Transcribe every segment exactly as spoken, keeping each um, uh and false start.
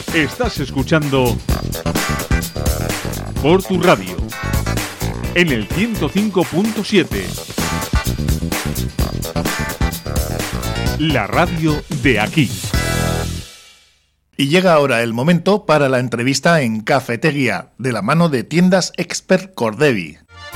Estás escuchando Por Tu Radio en el ciento cinco punto siete. La radio de aquí. Y llega ahora el momento para la entrevista en Cafetería, de la mano de Tiendas Expert Cordevi.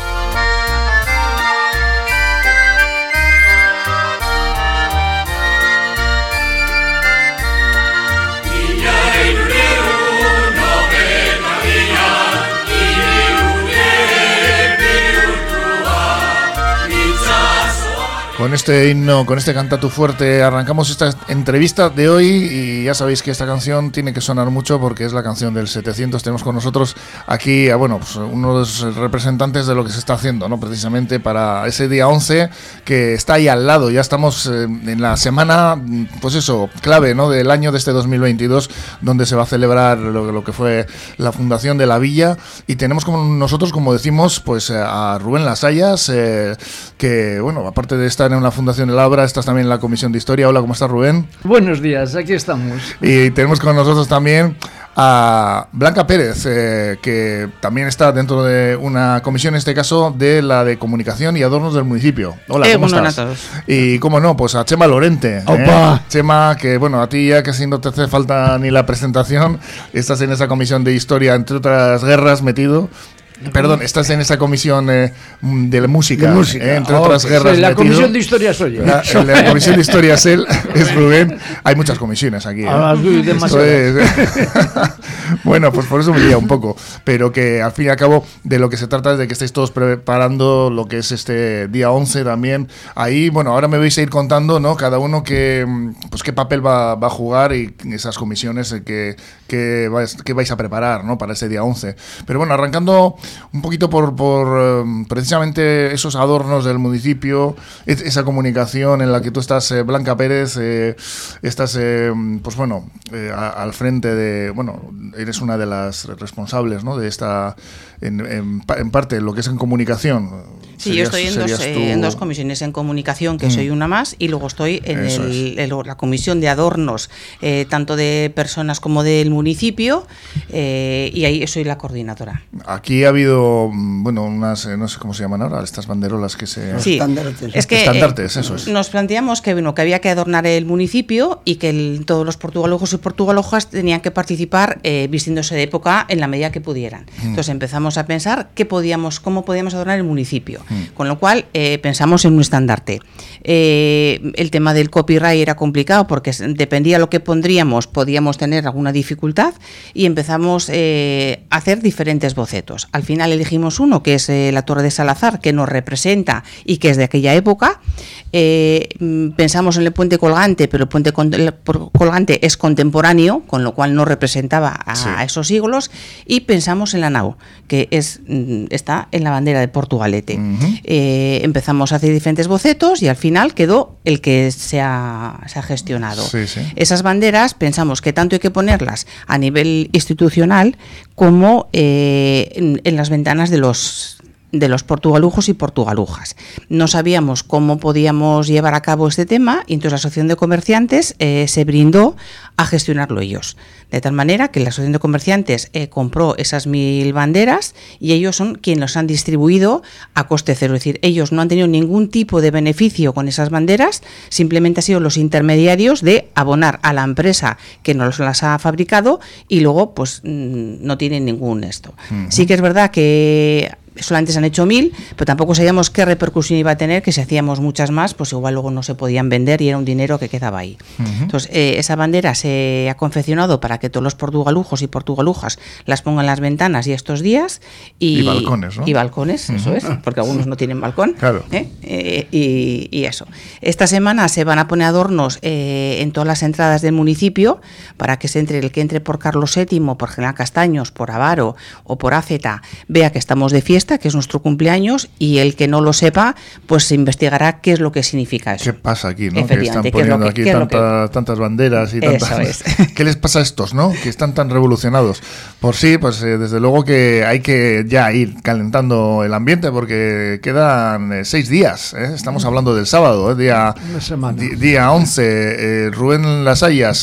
Con este himno, con este cantatu fuerte, arrancamos esta entrevista de hoy y ya sabéis que esta canción tiene que sonar mucho porque es la canción del setecientos. Tenemos con nosotros aquí a, bueno, pues uno de los representantes de lo que se está haciendo, ¿no? Precisamente para ese día once que está ahí al lado. Ya estamos eh, en la semana, pues eso, clave, ¿no? Del año de este dos mil veintidós, donde se va a celebrar lo, lo que fue la fundación de la villa, y tenemos con nosotros, como decimos, pues a Rubén Lasallas, eh, que, bueno, aparte de estar en la Fundación El Abra, estás también en la Comisión de Historia. Hola, ¿cómo estás, Rubén? Buenos días, aquí estamos. Y tenemos con nosotros también a Blanca Pérez, eh, que también está dentro de una comisión, en este caso, de la de Comunicación y Adornos del municipio. Hola, ¿cómo eh, estás? Y, cómo no, pues a Chema Lorente. ¡Opa! ¿eh? Chema, que bueno, a ti ya casi no te hace falta ni la presentación, estás en esa comisión de Historia, entre otras guerras, metido. Perdón, estás en esa comisión eh, de la música, de música. Eh, entre oh, otras guerras. Sí, la metido. comisión de historia soy yo. La, la comisión de historia es él, es Rubén. Hay muchas comisiones aquí. ¿eh? Ah, es, bueno, pues por eso me lía un poco. Pero que al fin y al cabo de lo que se trata es de que estéis todos preparando lo que es este día once también. Ahí, bueno, ahora me vais a ir contando, ¿no? Cada uno que, pues qué papel va, va a jugar y esas comisiones que, que, vais, que vais a preparar, ¿no? Para ese día once. Pero bueno, arrancando un poquito por, por um, precisamente esos adornos del municipio, es, esa comunicación en la que tú estás, eh, Blanca Pérez, eh, estás, eh, pues bueno, eh, a, al frente de, bueno, eres una de las responsables, ¿no? De esta, en, en, en parte, lo que es en comunicación. Sí, serías, yo estoy en dos, eh, en dos comisiones, en comunicación, que mm. soy una más, y luego estoy en el, el, la comisión de adornos, eh, tanto de personas como del municipio, eh, y ahí soy la coordinadora. Aquí ha habido, bueno, unas, no sé cómo se llaman ahora, estas banderolas que se... Sí, estandartes. Es que estandartes, eh, eso es. Nos planteamos que, bueno, que había que adornar el municipio y que el, todos los portugalujos y portugalojas tenían que participar eh, vistiéndose de época en la medida que pudieran. Mm. Entonces empezamos a pensar qué podíamos, cómo podíamos adornar el municipio. Con lo cual eh, pensamos en un estandarte. Eh, el tema del copyright era complicado porque dependía de lo que pondríamos, podíamos tener alguna dificultad, y empezamos eh, a hacer diferentes bocetos. Al final elegimos uno que es eh, la Torre de Salazar, que nos representa y que es de aquella época. Eh, pensamos en el puente colgante, pero el puente colgante es contemporáneo, con lo cual no representaba a, sí. a esos siglos, y pensamos en la nau, que es está en la bandera de Portugalete. Uh-huh. Eh, empezamos a hacer diferentes bocetos y al final quedó el que se ha, se ha gestionado. Sí, sí. Esas banderas pensamos que tanto hay que ponerlas a nivel institucional como eh, en, en las ventanas de los de los portugalujos y portugalujas. No sabíamos cómo podíamos llevar a cabo este tema y entonces la Asociación de Comerciantes eh, se brindó a gestionarlo ellos. De tal manera que la Asociación de Comerciantes eh, compró esas mil banderas y ellos son quienes los han distribuido a coste cero. Es decir, ellos no han tenido ningún tipo de beneficio con esas banderas, simplemente han sido los intermediarios de abonar a la empresa que nos las ha fabricado y luego pues no tienen ningún esto. Uh-huh. Sí que es verdad que solamente se han hecho mil, pero tampoco sabíamos qué repercusión iba a tener, que si hacíamos muchas más, pues igual luego no se podían vender y era un dinero que quedaba ahí. Uh-huh. Entonces, eh, esa bandera se ha confeccionado para que todos los portugalujos y portugalujas las pongan en las ventanas y estos días. Y, y balcones, ¿no? Y balcones, uh-huh. eso es, porque algunos no tienen balcón. Claro. ¿eh? Eh, y, y eso. Esta semana se van a poner adornos eh, en todas las entradas del municipio para que se entre, el que entre por Carlos séptimo, por General Castaños, por Avaro o por Áfeta, vea que estamos de fiesta, que es nuestro cumpleaños, y el que no lo sepa, pues se investigará qué es lo que significa eso. ¿Qué pasa aquí, no? Que están poniendo aquí tanta, tantas banderas y tantas... Es. ¿Qué les pasa a estos, no? Que están tan revolucionados. Por sí, pues eh, desde luego que hay que ya ir calentando el ambiente porque quedan eh, seis días, ¿eh? Estamos hablando del sábado, ¿eh? día, di, día once. Eh, Rubén Lasallas,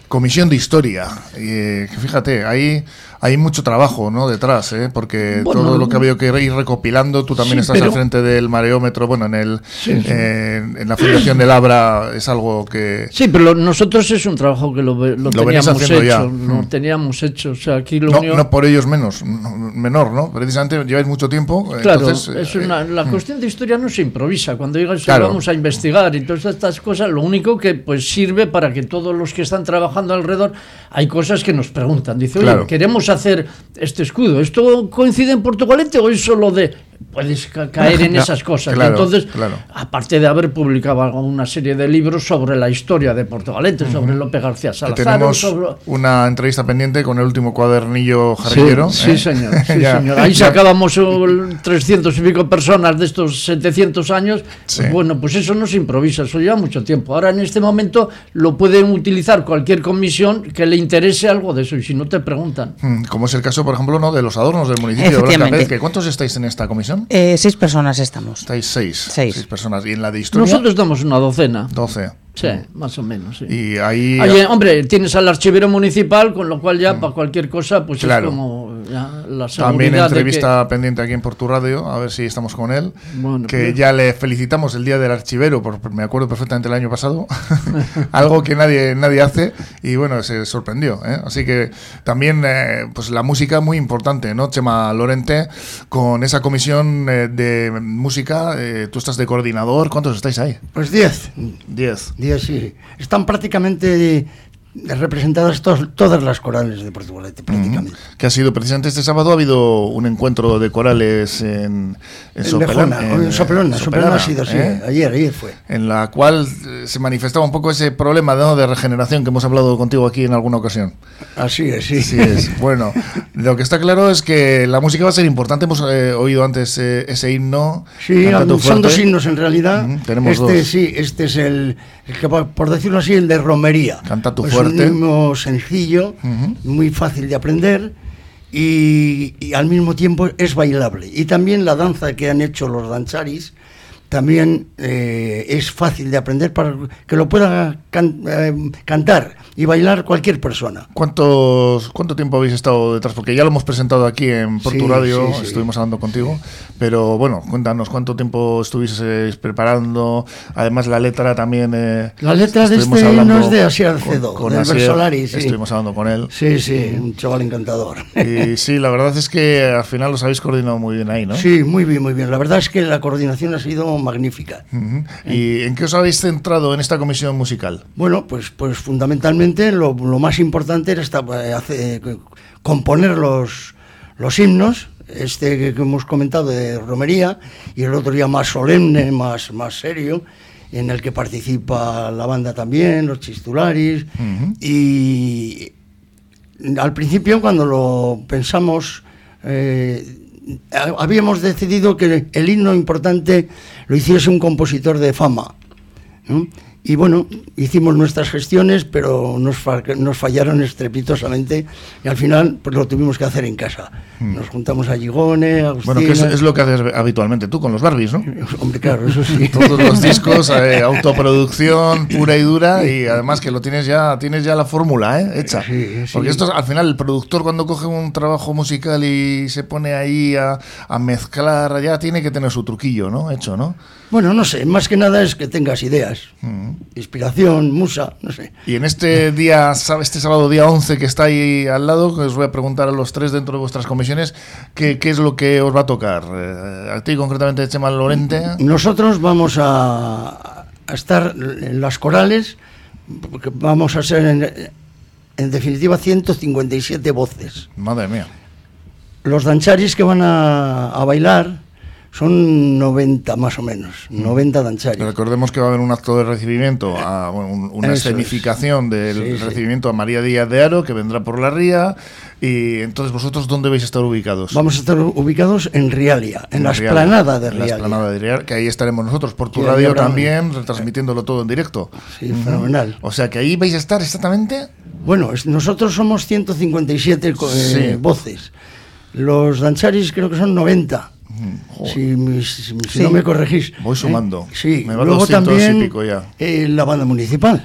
Comisión de Historia. Eh, fíjate, ahí hay mucho trabajo, ¿no? Detrás, ¿eh? Porque bueno, todo lo que ha habido que ir recopilando, tú también sí, estás pero... al frente del mareómetro, bueno, en el sí, sí. Eh, en la Fundación del Abra es algo que... Sí, pero lo, nosotros es un trabajo que lo, lo, lo teníamos hecho, ya. lo mm. teníamos hecho, o sea, aquí lo no, único... no por ellos menos, menor, ¿no? Precisamente lleváis mucho tiempo, claro, entonces... es una, la eh, cuestión de historia no se improvisa, cuando digas claro. vamos a investigar y todas estas cosas, lo único que pues sirve para que todos los que están trabajando alrededor, hay cosas que nos preguntan, dice, oye, claro. queremos hacer este escudo, ¿esto coincide en Portugalete o es solo de...? Puedes ca caer en esas cosas. Claro, Entonces, claro. aparte de haber publicado una serie de libros sobre la historia de Portugalete, uh-huh. sobre Lope García Salazar... Tenemos sobre... una entrevista pendiente con el último cuadernillo jarrillero. Sí, ¿eh? sí señor. Sí, señor. Ahí sacábamos trescientos y pico personas de estos setecientos años. Sí. Pues bueno, pues eso no se improvisa, eso lleva mucho tiempo. Ahora, en este momento, lo pueden utilizar cualquier comisión que le interese algo de eso, y si no te preguntan. Como es el caso, por ejemplo, ¿no? de los adornos del municipio de Blanca Pérez. ¿Cuántos estáis en esta comisión? Eh, seis personas estamos. Estáis seis, seis. Seis personas. ¿Y en la de historia? Nosotros damos una docena. Doce. Sí, más o menos. Sí. Y ahí... Oye, hombre, tienes al archivero municipal, con lo cual ya mm. para cualquier cosa, pues claro. es como ya, la seguridad. También entrevista que... pendiente aquí en Portu Radio, a ver si estamos con él. Bueno, que pero... ya le felicitamos el día del archivero, por, me acuerdo perfectamente el año pasado. Algo que nadie nadie hace y bueno, se sorprendió. ¿eh? Así que también eh, pues la música muy importante, ¿no? Chema Lorente, con esa comisión eh, de música, eh, tú estás de coordinador. ¿Cuántos estáis ahí? Pues diez. Diez. Diez, sí. Están prácticamente representadas tos, todas las corales de Portugalete, prácticamente. Mm, que ha sido precisamente este sábado, ha habido un encuentro de corales en, en, en Sopelana. En, en Sopelana, Sopelana ha sido, sí, ¿eh? ayer, ayer fue. En la cual se manifestaba un poco ese problema, ¿no? de regeneración que hemos hablado contigo aquí en alguna ocasión. Así es, sí. Así es. Bueno, lo que está claro es que la música va a ser importante. Hemos eh, oído antes eh, ese himno. Sí, son dos himnos en realidad. Uh-huh, tenemos este dos. Sí, este es el, el que, por decirlo así, el de romería. Canta tu pues fuerte. Un himno sencillo, uh-huh. muy fácil de aprender y, y al mismo tiempo es bailable. Y también la danza que han hecho los dancharis también eh, es fácil de aprender para que lo pueda can, eh, cantar y bailar cualquier persona. ¿Cuántos, ¿Cuánto tiempo habéis estado detrás? Porque ya lo hemos presentado aquí en Portu sí, Radio, sí, sí. estuvimos hablando contigo, pero bueno, cuéntanos cuánto tiempo estuvisteis preparando. Además la letra también... Eh, la letra de este no es de Asier Cedo, con, con del Asier, Versolari, sí. Estuvimos hablando con él. Sí, sí, un chaval encantador. Y sí, la verdad es que al final los habéis coordinado muy bien ahí, ¿no? Sí, muy bien, muy bien. La verdad es que la coordinación ha sido magnífica. Uh-huh. ¿Y en qué os habéis centrado en esta comisión musical? Bueno, pues, pues fundamentalmente lo, lo más importante era esta, eh, hace, eh, componer los, los himnos, este que, que hemos comentado de romería, y el otro día más solemne, más, más serio, en el que participa la banda también, los chistularis, uh-huh. y al principio cuando lo pensamos... Eh, habíamos decidido que el himno importante lo hiciese un compositor de fama, ¿no? Y bueno, hicimos nuestras gestiones, pero nos, fa nos fallaron estrepitosamente y al final pues lo tuvimos que hacer en casa. Hmm. Nos juntamos a Gigone, a Agustina... Bueno, que es, es lo que haces habitualmente tú con los Barbies, ¿no? Hombre, claro, eso sí. Todos los discos, eh, autoproducción pura y dura, y además que lo tienes ya, tienes ya la fórmula, ¿eh? Hecha. Sí, sí. Porque esto, al final, el productor cuando coge un trabajo musical y se pone ahí a, a mezclar, ya tiene que tener su truquillo, ¿no? Hecho, ¿no? Bueno, no sé, más que nada es que tengas ideas, mm. inspiración, musa, no sé. Y en este día, este sábado día once que está ahí al lado, que os voy a preguntar a los tres dentro de vuestras comisiones, ¿qué, qué es lo que os va a tocar? Eh, a ti concretamente, Chema Lorente. Nosotros vamos a, a estar en las corales, porque vamos a ser en, en definitiva ciento cincuenta y siete voces. Madre mía. Los dancharis que van a, a bailar son noventa más o menos, noventa dancharis. Recordemos que va a haber un acto de recibimiento, a, bueno, un, una Eso escenificación es. del sí, recibimiento sí. a María Díaz de Haro, que vendrá por la ría. Y entonces, ¿vosotros dónde vais a estar ubicados? Vamos a estar ubicados en Rialia, en, en la esplanada de Rialia. En la esplanada de Rialia, que ahí estaremos nosotros, por tu radio también, retransmitiéndolo todo en directo. Sí, uh-huh. fenomenal. O sea, que ahí vais a estar exactamente... Bueno, es, nosotros somos ciento cincuenta y siete eh, sí. voces. Los dancharis creo que son noventa. Si, si, si sí. no me corregís. Voy sumando. ¿Eh? Sí. Me va Luego también y pico ya. Eh, la banda municipal.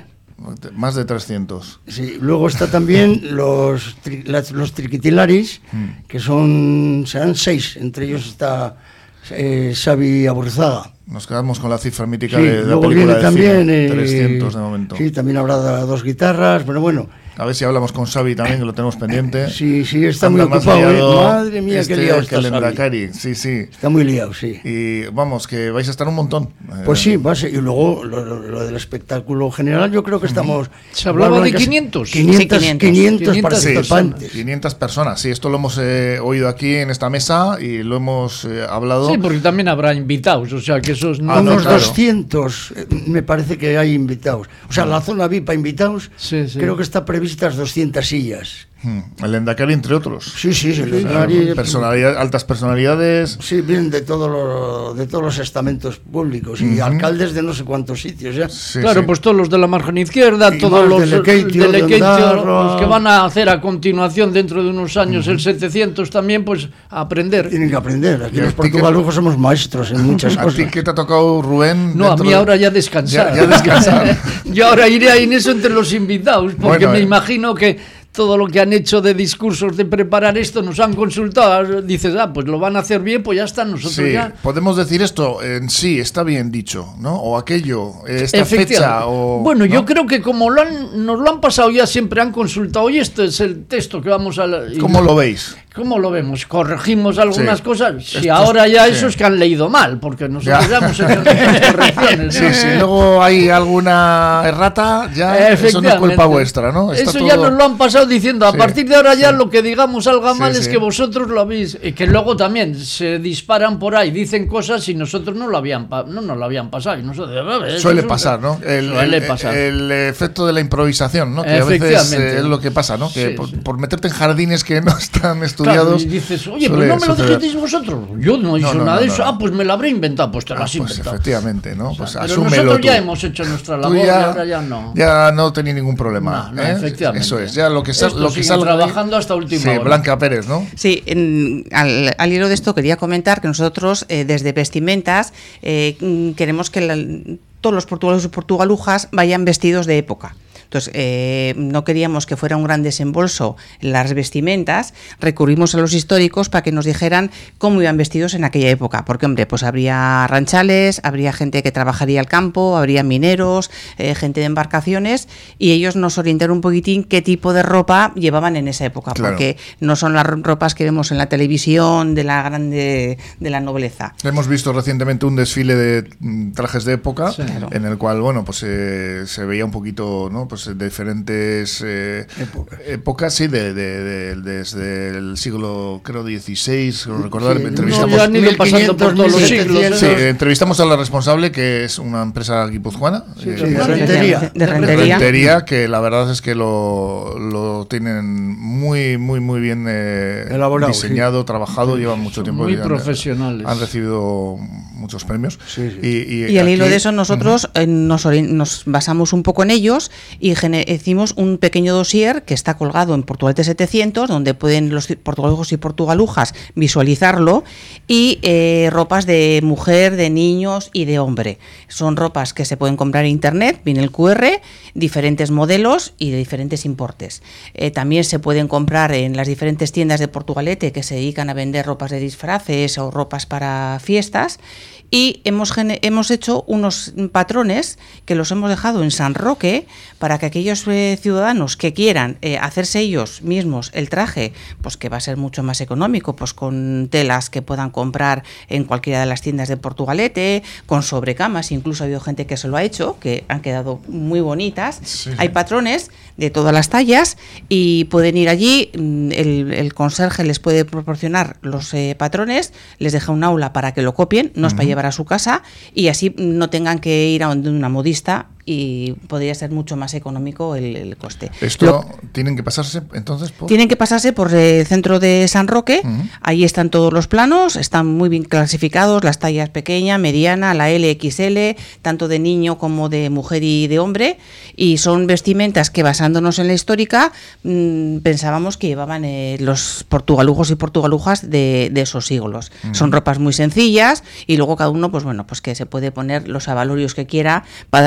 Más de trescientos. Sí, luego está también los, tri, las, los triquitilaris, mm. que son, serán seis, entre ellos está eh, Xavi Aburzaga. Nos quedamos con la cifra mítica sí, de, de la luego película viene de también, cine, eh, trescientos de momento. Sí, también habrá dos guitarras, pero bueno. A ver si hablamos con Xavi también, que lo tenemos pendiente. Sí, sí, está Anda muy ocupado. ¿eh? Madre mía, este, qué liado está el Endacari, sí, sí. Está muy liado, sí. Y vamos, que vais a estar un montón. Pues sí, va a ser. Y luego lo, lo, lo del espectáculo general, yo creo que estamos... ¿Se hablaba de quinientos? quinientos, sí, quinientos, quinientos participantes. Sí, quinientas personas, sí. Esto lo hemos eh, oído aquí en esta mesa y lo hemos eh, hablado. Sí, porque también habrá invitados, o sea, que esos... No, unos claro. doscientos, me parece que hay invitados. O sea, la zona V I P a invitados, sí, sí. creo que está previstas doscientas sillas. Hmm. El Endacari, entre otros. Sí, sí, sí. El Endacari, personalidad, altas personalidades. Sí, vienen de, todo lo, de todos los estamentos públicos y uh-huh. alcaldes de no sé cuántos sitios. ¿ya? Sí, claro, sí. Pues todos los de la margen izquierda, y todos los de Lequeitio, de Lequeitio, los que van a hacer a continuación dentro de unos años uh-huh. el setecientos también, pues a aprender. Tienen que aprender. Aquí los portugalujos somos maestros en muchas cosas. ¿A ti qué te ha tocado, Rubén? No, a mí ahora ya descansar. Ya, ya descansar. Yo ahora iré ahí en eso entre los invitados, porque bueno, me eh. imagino que todo lo que han hecho de discursos de preparar esto, nos han consultado, dices, ah, pues lo van a hacer bien, pues ya está, nosotros sí, ya... podemos decir esto en sí, está bien dicho, ¿no? O aquello, esta fecha, o... Bueno, ¿no? Yo creo que como lo han, nos lo han pasado ya, siempre han consultado, y este es el texto que vamos a... La, ¿Cómo lo veis? ¿Cómo lo vemos? ¿Corregimos algunas sí. cosas? Si Estos, ahora ya sí. esos que han leído mal, porque nosotros ya, ya hemos hecho correcciones. Sí, ¿no? Si luego hay alguna errata, ya eso no es culpa vuestra, ¿no? Está eso todo... ya nos lo han pasado diciendo, a sí. partir de ahora ya sí. lo que digamos salga mal sí, es sí. que vosotros lo habéis... Y que luego también se disparan por ahí, dicen cosas y nosotros no lo habían, pa... no nos lo habían pasado. Y nosotros, suele pasar, ¿no? El, suele el, pasar. El efecto de la improvisación, ¿no? Que a veces eh, es lo que pasa, ¿no? Que sí, por, sí. por meterte en jardines que no están estudiados... Claro, y dices, oye, pues no me lo dijisteis vosotros. Yo no he hecho no, no, nada de no, eso. No. Ah, pues me lo habré inventado. Pues te lo ah, has pues inventado. Efectivamente, ¿no? O sea, pues pero asúmelo nosotros tú. Ya hemos hecho nuestra labor ya, y ahora ya no. Ya no tenía ningún problema. No, no, ¿eh? efectivamente. Eso es, ya lo que, sal, lo que sale trabajando hasta última sí, hora. Blanca Pérez, ¿no? Sí, en, al, al hilo de esto quería comentar que nosotros eh, desde Vestimentas eh, queremos que la, todos los portugalos y portugalujas vayan vestidos de época. Entonces, eh, no queríamos que fuera un gran desembolso las vestimentas, recurrimos a los históricos para que nos dijeran cómo iban vestidos en aquella época, porque, hombre, pues habría ranchales, habría gente que trabajaría el campo, habría mineros, eh, gente de embarcaciones, y ellos nos orientaron un poquitín qué tipo de ropa llevaban en esa época, claro. porque no son las ropas que vemos en la televisión de la grande, de la nobleza. Hemos visto recientemente un desfile de trajes de época, sí, claro. en el cual, bueno, pues eh, se veía un poquito, ¿no? Pues de diferentes eh, Época. épocas, sí, de, de, de, desde el siglo, creo, dieciséis, recordar, sí, entrevistamos... No, ya han ido pasando por todos los siglos. Sí, entrevistamos a la responsable, que es una empresa guipuzcoana, sí, eh, sí, de, rentería. De, de rentería. rentería, que la verdad es que lo, lo tienen muy, muy, muy bien eh, elaborado, diseñado, sí. trabajado, llevan mucho tiempo. Muy han, profesionales. Han recibido muchos premios. Sí, sí. Y, y, y al hilo de eso nosotros uh-huh. eh, nos, nos basamos un poco en ellos y hicimos un pequeño dossier que está colgado en Portugalete setecientos, donde pueden los portugalujos y portugalujas visualizarlo, y eh, ropas de mujer, de niños y de hombre. Son ropas que se pueden comprar en internet, viene el cu erre, diferentes modelos y de diferentes importes. Eh, también se pueden comprar en las diferentes tiendas de Portugalete que se dedican a vender ropas de disfraces o ropas para fiestas. Y hemos, hemos hecho unos patrones que los hemos dejado en San Roque para que aquellos eh, ciudadanos que quieran eh, hacerse ellos mismos el traje, pues que va a ser mucho más económico, pues con telas que puedan comprar en cualquiera de las tiendas de Portugalete, con sobrecamas, incluso ha habido gente que se lo ha hecho, que han quedado muy bonitas. Sí. Hay patrones de todas las tallas y pueden ir allí, el, el conserje les puede proporcionar los eh, patrones, les deja un aula para que lo copien, no es uh-huh. para llevar a su casa, y así no tengan que ir a una modista y podría ser mucho más económico el, el coste. ¿Esto Lo, tienen que pasarse entonces por...? Tienen que pasarse por el centro de San Roque, uh-huh. ahí están todos los planos, están muy bien clasificados, las tallas pequeña, mediana, la ele equis ele, tanto de niño como de mujer y de hombre, y son vestimentas que, basándonos en la histórica, mmm, pensábamos que llevaban eh, los portugalujos y portugalujas de, de esos siglos. Uh-huh. Son ropas muy sencillas, y luego cada uno, pues bueno, pues que se puede poner los avalorios que quiera para darle su toque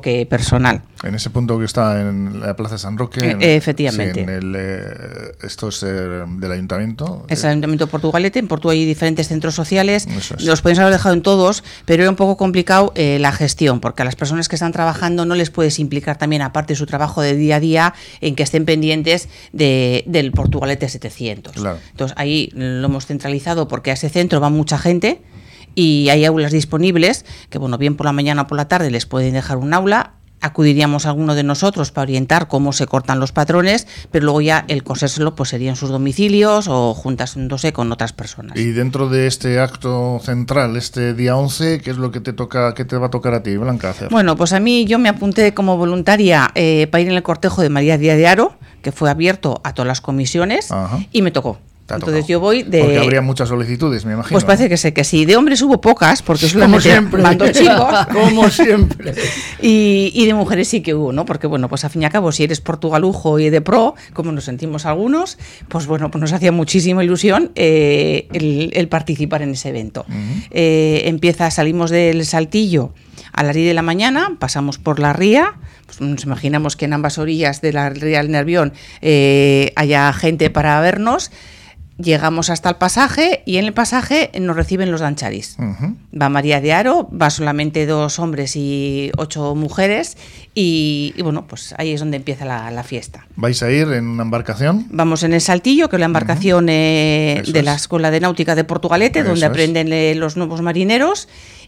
toque personal. En ese punto que está en la Plaza San Roque. En, eh, efectivamente. Sí, en el, eh, esto es eh, del ayuntamiento. Es el Ayuntamiento de Portugalete. En Porto hay diferentes centros sociales. Es. Los podemos haber dejado en todos, pero era un poco complicado eh, la gestión, porque a las personas que están trabajando no les puedes implicar también, aparte de su trabajo de día a día, en que estén pendientes de, del Portugalete setecientos. Claro. Entonces ahí lo hemos centralizado porque a ese centro va mucha gente y hay aulas disponibles que, bueno, bien por la mañana o por la tarde les pueden dejar un aula. Acudiríamos a alguno de nosotros para orientar cómo se cortan los patrones, pero luego ya el cosérselo pues sería en sus domicilios o juntándose con otras personas. Y dentro de este acto central, este día once, ¿qué es lo que te toca, qué te va a tocar a ti, Blanca, hacer? Bueno, pues a mí yo me apunté como voluntaria eh, para ir en el cortejo de María Díaz de Haro, que fue abierto a todas las comisiones. Ajá. Y me tocó. Entonces yo voy de... Porque habría muchas solicitudes, me imagino. Pues parece que sé que sí. De hombres hubo pocas, porque solamente mando chicos. Como siempre. Y, y de mujeres sí que hubo, ¿no? Porque, bueno, pues a fin y a cabo, si eres portugalujo y de pro, como nos sentimos algunos, pues bueno, pues nos hacía muchísima ilusión eh, el, el participar en ese evento. Uh-huh. eh, empieza, salimos del Saltillo a las diez de la mañana, pasamos por la ría, pues nos imaginamos que en ambas orillas de la ría del Nervión eh, haya gente para vernos. Llegamos hasta el pasaje y en el pasaje nos reciben los dancharis. Uh-huh. Va María de Haro, va solamente dos hombres y ocho mujeres y, y bueno, pues ahí es donde empieza la, la fiesta. ¿Vais a ir en una embarcación? Vamos en el Saltillo, que es la embarcación uh-huh. eh, de es. la Escuela de Náutica de Portugalete, Eso donde aprenden eh, los nuevos marineros,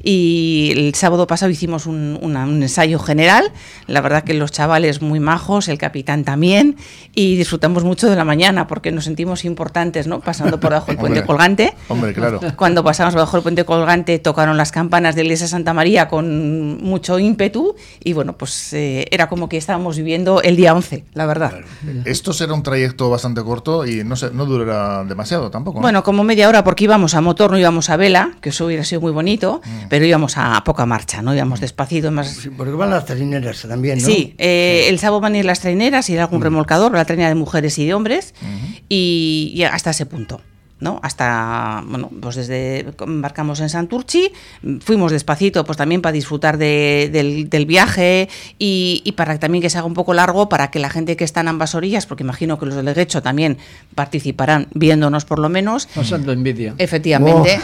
y el sábado pasado hicimos un, una, un ensayo general. La verdad que los chavales muy majos, el capitán también, y disfrutamos mucho de la mañana porque nos sentimos importantes, ¿no? Pasando por debajo del puente hombre, colgante. Hombre, claro. Cuando pasamos bajo el puente colgante tocaron las campanas de la iglesia Santa María con mucho ímpetu y bueno, pues eh, era como que estábamos viviendo el día once, la verdad. Claro. Esto será un trayecto bastante corto y no, se, no durará demasiado tampoco, ¿no? Bueno, como media hora porque íbamos a motor, no íbamos a vela, que eso hubiera sido muy bonito, mm. pero íbamos a poca marcha, ¿no? Íbamos despacito. Más... Sí, porque van las traineras también, ¿no? Sí, eh, el sábado van a ir las traineras, ir algún mm. remolcador, la trainera de mujeres y de hombres mm. y, y hasta ese punto, ¿no? Hasta, bueno, pues desde embarcamos en Santurchi, fuimos despacito, pues también para disfrutar de, del, del viaje y, y para también que se haga un poco largo, para que la gente que está en ambas orillas, porque imagino que los del Guecho también participarán viéndonos por lo menos. Pasando envidia. Efectivamente.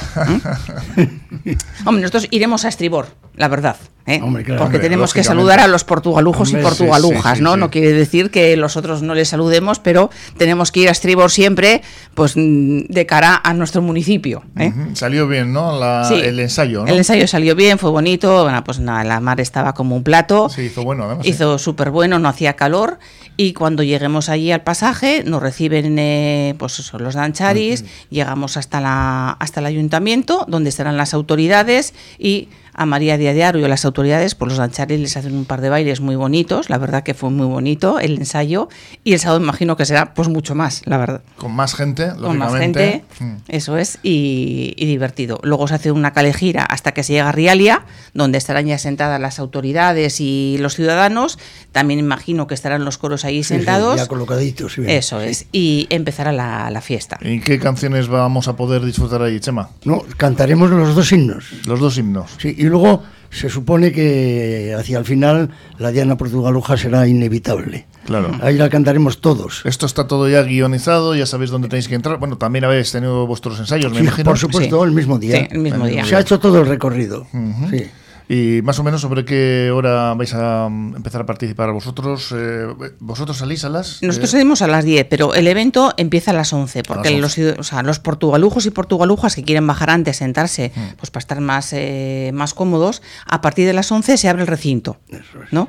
Oh. ¿Mm? Hombre, nosotros iremos a estribor, la verdad. ¿eh? Hombre, claro, porque hombre, tenemos que saludar a los portugalujos hombre, y portugalujas, sí, sí, ¿no? Sí, sí. No quiere decir que los otros no les saludemos, pero tenemos que ir a estribor siempre, pues de cara a nuestro municipio. ¿eh? Uh-huh. Salió bien, ¿no? La, sí, el ensayo, ¿no? El ensayo salió bien, fue bonito. Bueno, pues nada, la mar estaba como un plato. Sí, hizo bueno, además. Hizo sí. súper bueno, no hacía calor. Y cuando lleguemos allí al pasaje, nos reciben eh, pues eso, los dancharis, uh-huh. llegamos hasta, la, hasta el ayuntamiento, donde estarán las autoridades y a María Díaz de Haro y a las autoridades, pues los dancharis les hacen un par de bailes muy bonitos, la verdad que fue muy bonito el ensayo, y el sábado imagino que será pues mucho más, la verdad. Con más gente, lógicamente. Con más gente, mm. eso es, y, y divertido. Luego se hace una calejira hasta que se llega a Rialia, donde estarán ya sentadas las autoridades y los ciudadanos, también imagino que estarán los coros ahí sí, sentados. Sí, ya colocaditos. Sí, eso sí. es, y empezará la, la fiesta. ¿Y qué canciones vamos a poder disfrutar ahí, Chema? No, cantaremos los dos himnos. Los dos himnos. Sí, y luego se supone que hacia el final la Diana Portugaluja será inevitable. Claro. Ahí la cantaremos todos. Esto está todo ya guionizado, ya sabéis dónde tenéis que entrar. Bueno, también habéis tenido vuestros ensayos, me sí, imagino. Por supuesto, sí. el mismo día. Sí, el mismo día. Se ha hecho todo el recorrido. Uh-huh. Sí. Y más o menos sobre qué hora vais a empezar a participar vosotros. Eh, ¿Vosotros salís a las...? Nosotros salimos a las diez, pero el evento empieza a las once, porque las once. Los, o sea, los portugalujos y portugalujas que quieren bajar antes, sentarse, mm. pues para estar más, eh, más cómodos, a partir de las once se abre el recinto, ¿no?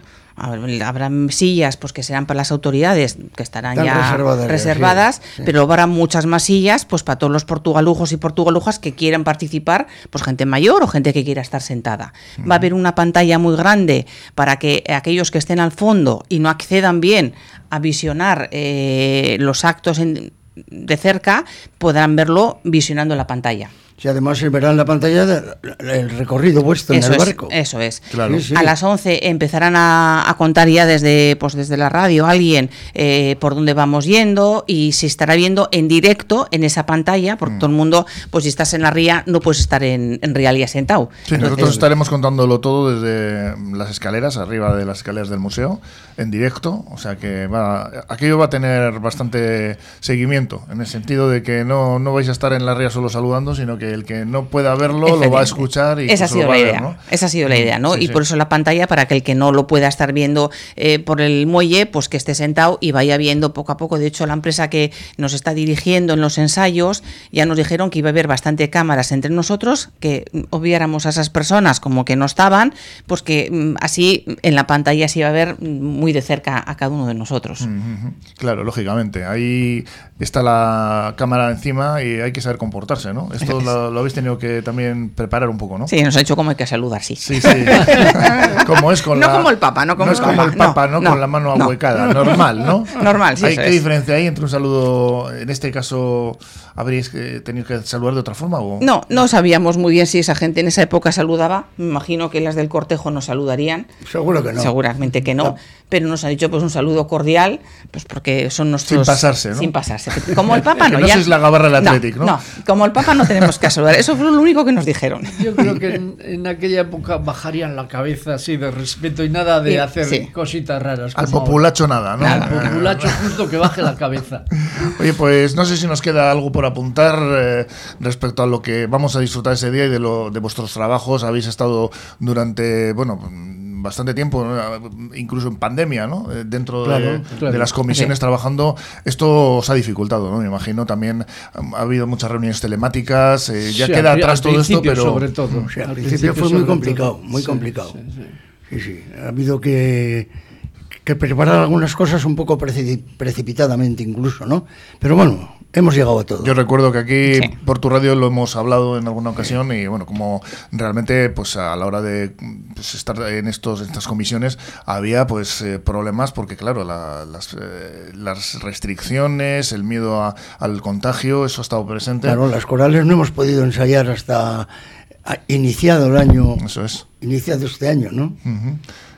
Habrá sillas pues que serán para las autoridades que estarán Están ya reservadas, reservadas sí, sí. pero habrá muchas más sillas pues para todos los portugalujos y portugalujas que quieran participar, pues gente mayor o gente que quiera estar sentada. Uh-huh. Va a haber una pantalla muy grande para que aquellos que estén al fondo y no accedan bien a visionar eh, los actos en, de cerca podrán verlo visionando la pantalla. Sí, además se verá en la pantalla el recorrido vuestro eso en el es, barco. Eso es. Claro. Sí, sí. A las once empezarán a, a contar ya desde, pues desde la radio alguien eh, por dónde vamos yendo y se estará viendo en directo en esa pantalla, porque mm. todo el mundo, pues si estás en la ría no puedes estar en, en Realia sentado. Sí, Entonces, nosotros estaremos contándolo todo desde las escaleras, arriba de las escaleras del museo, en directo, o sea que va, aquello va a tener bastante seguimiento, en el sentido de que no, no vais a estar en la ría solo saludando, sino que el que no pueda verlo lo va a escuchar y esa ha sido lo va la a idea, ver, ¿no? Esa ha sido la idea, ¿no? Sí, y sí. por eso la pantalla, para que el que no lo pueda estar viendo eh, por el muelle, pues que esté sentado y vaya viendo poco a poco. De hecho, la empresa que nos está dirigiendo en los ensayos ya nos dijeron que iba a haber bastante cámaras entre nosotros, que obviáramos a esas personas como que no estaban, pues que así en la pantalla se iba a ver muy de cerca a cada uno de nosotros. Uh-huh. Claro, lógicamente. Ahí está la cámara encima y hay que saber comportarse, ¿no? Esto lo, lo habéis tenido que también preparar un poco, ¿no? Sí, nos ha dicho cómo hay que saludar, sí. Sí, sí. Como es con no la... como el Papa, no como no el es Papa. como el Papa, no, no, no con la mano no. ahuecada, normal, ¿no? Normal, sí. ¿Hay, ¿Qué es. diferencia hay entre un saludo, en este caso, habríais tenido que saludar de otra forma? ¿O? No, no sabíamos muy bien si esa gente en esa época saludaba. Me imagino que las del cortejo nos saludarían. Seguro que no. Seguramente que no. no. Pero nos ha dicho pues un saludo cordial, pues porque son nuestros... Sin pasarse, ¿no? Sin pasarse. Como el Papa no. Que no ya... sois la gabarra del Athletic, ¿no? No, no, como el Papa no tenemos que saludar. Eso fue lo único que nos dijeron. Yo creo que en, en aquella época bajarían la cabeza así de respeto y nada de sí, hacer sí. cositas raras. Al populacho nada, ¿no? Al populacho justo que baje la cabeza. Oye, pues no sé si nos queda algo por apuntar eh, respecto a lo que vamos a disfrutar ese día y de, lo, de vuestros trabajos. Habéis estado durante, bueno, bastante tiempo, ¿no? Incluso en pandemia, ¿no? Dentro claro, de, claro. de las comisiones sí. trabajando. Esto os ha dificultado, ¿no? Me imagino también ha habido muchas reuniones telemáticas, eh, ya sí, queda al, atrás al todo esto, pero... sobre todo. Sí, al, al principio, principio fue muy complicado, todo. muy sí, complicado. Sí, sí. Sí, sí. Ha habido que, que preparar algunas cosas un poco preci- precipitadamente incluso, ¿no? Pero bueno, hemos llegado a todo. Yo recuerdo que aquí sí. por tu radio lo hemos hablado en alguna ocasión y bueno, como realmente pues a la hora de pues, estar en estos en estas comisiones había pues eh, problemas porque claro, la, las, eh, las restricciones, el miedo a, al contagio, eso ha estado presente. Claro, las corales no hemos podido ensayar hasta iniciado el año. Eso es. Iniciado este año, ¿no? Uh-huh.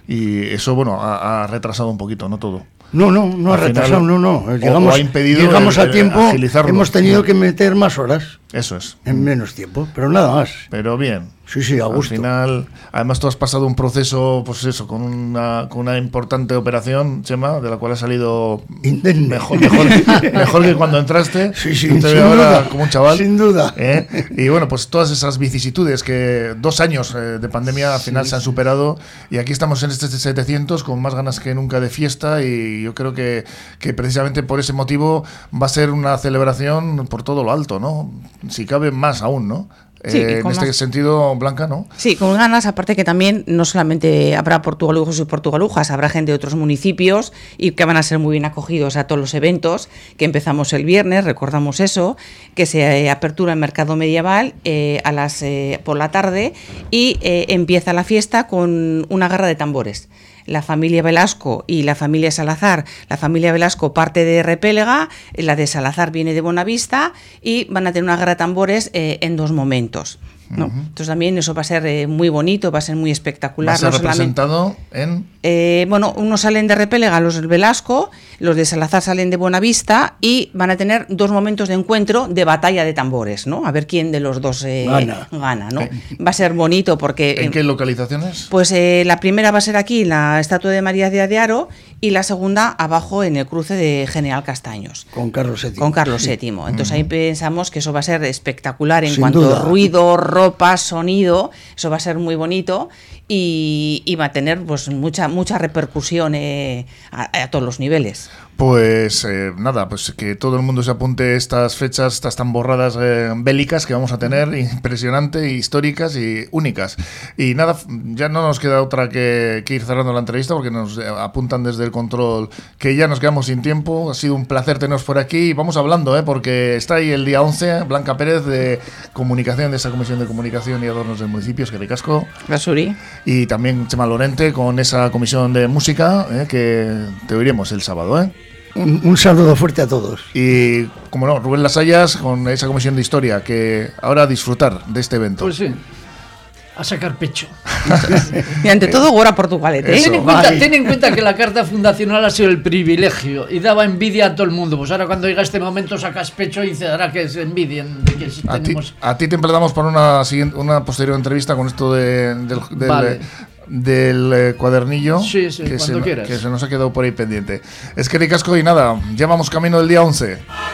Y eso, bueno, ha, ha retrasado un poquito, ¿no? Todo. No, no, no ha retrasado, no, no. Llegamos, ha impedido llegamos el, a tiempo, agilizarlo. Hemos tenido que meter más horas. Eso es. En menos tiempo, pero nada más. Pero bien. Sí, sí, a gusto. Al final, además tú has pasado un proceso, pues eso, con una, con una importante operación, Chema, de la cual ha salido Indemne. mejor, mejor, mejor que cuando entraste. Sí, sí, te sin veo ahora duda, como un chaval. Sin duda. ¿Eh? Y bueno, pues todas esas vicisitudes que dos años eh, de pandemia al final sí, se han superado y aquí estamos en este setecientos con más ganas que nunca de fiesta y yo creo que, que precisamente por ese motivo va a ser una celebración por todo lo alto, ¿no? Si cabe más aún, ¿no? Sí, eh, en este más... sentido, Blanca, ¿no? Sí, con ganas, aparte que también no solamente habrá portugalujos y portugalujas, habrá gente de otros municipios y que van a ser muy bien acogidos a todos los eventos, que empezamos el viernes, recordamos eso, que se eh, apertura el mercado medieval eh, a las eh, por la tarde y eh, empieza la fiesta con una garra de tambores. La familia Velasco y la familia Salazar. La familia Velasco parte de Repélega, la de Salazar viene de Bonavista y van a tener una guerra de tambores eh, en dos momentos, ¿no? Uh-huh. Entonces también eso va a ser eh, muy bonito, va a ser muy espectacular. ¿Va a ser no representado en...? Eh, bueno, unos salen de Repélega, los del Velasco, los de Salazar salen de Buenavista y van a tener dos momentos de encuentro de batalla de tambores, ¿no? A ver quién de los dos eh, gana. gana, ¿no? Va a ser bonito porque... ¿En qué localizaciones? Pues eh, la primera va a ser aquí, la estatua de María de Aro, y la segunda abajo en el cruce de General Castaños. Con Carlos séptimo. Con Carlos séptimo. Entonces uh-huh. ahí pensamos que eso va a ser espectacular en Sin cuanto duda. a ruido, ropa, sonido, eso va a ser muy bonito y, y va a tener pues mucha mucha repercusión eh, a, a todos los niveles. Pues eh, nada, pues que todo el mundo se apunte estas fechas, estas tamborradas eh, bélicas que vamos a tener, impresionantes, históricas y únicas. Y nada, ya no nos queda otra que, que ir cerrando la entrevista porque nos apuntan desde el control que ya nos quedamos sin tiempo. Ha sido un placer teneros por aquí y vamos hablando, ¿eh? Porque está ahí el día once, Blanca Pérez de Comunicación, de esa Comisión de Comunicación y Adornos del Municipio, que ricasco. Basuri. Y también Chema Lorente con esa Comisión de Música, ¿eh? Que te oiremos el sábado, ¿eh? Un, un saludo fuerte a todos. Y, como no, Rubén Lasallas con esa comisión de historia, que ahora a disfrutar de este evento. Pues sí, a sacar pecho. Y ante todo, gora Portugalete. Ten en, cuenta, ten en cuenta que la carta fundacional ha sido el privilegio y daba envidia a todo el mundo. Pues ahora cuando llega este momento sacas pecho y dice, ahora que se envidien de que a tenemos... Ti, a ti te emplazamos para una, siguiente, una posterior entrevista con esto de, del... del vale. del eh, cuadernillo sí, sí, que, cuando se, quieras. que se nos ha quedado por ahí pendiente. Es que ricasco y nada, ya vamos camino del día once.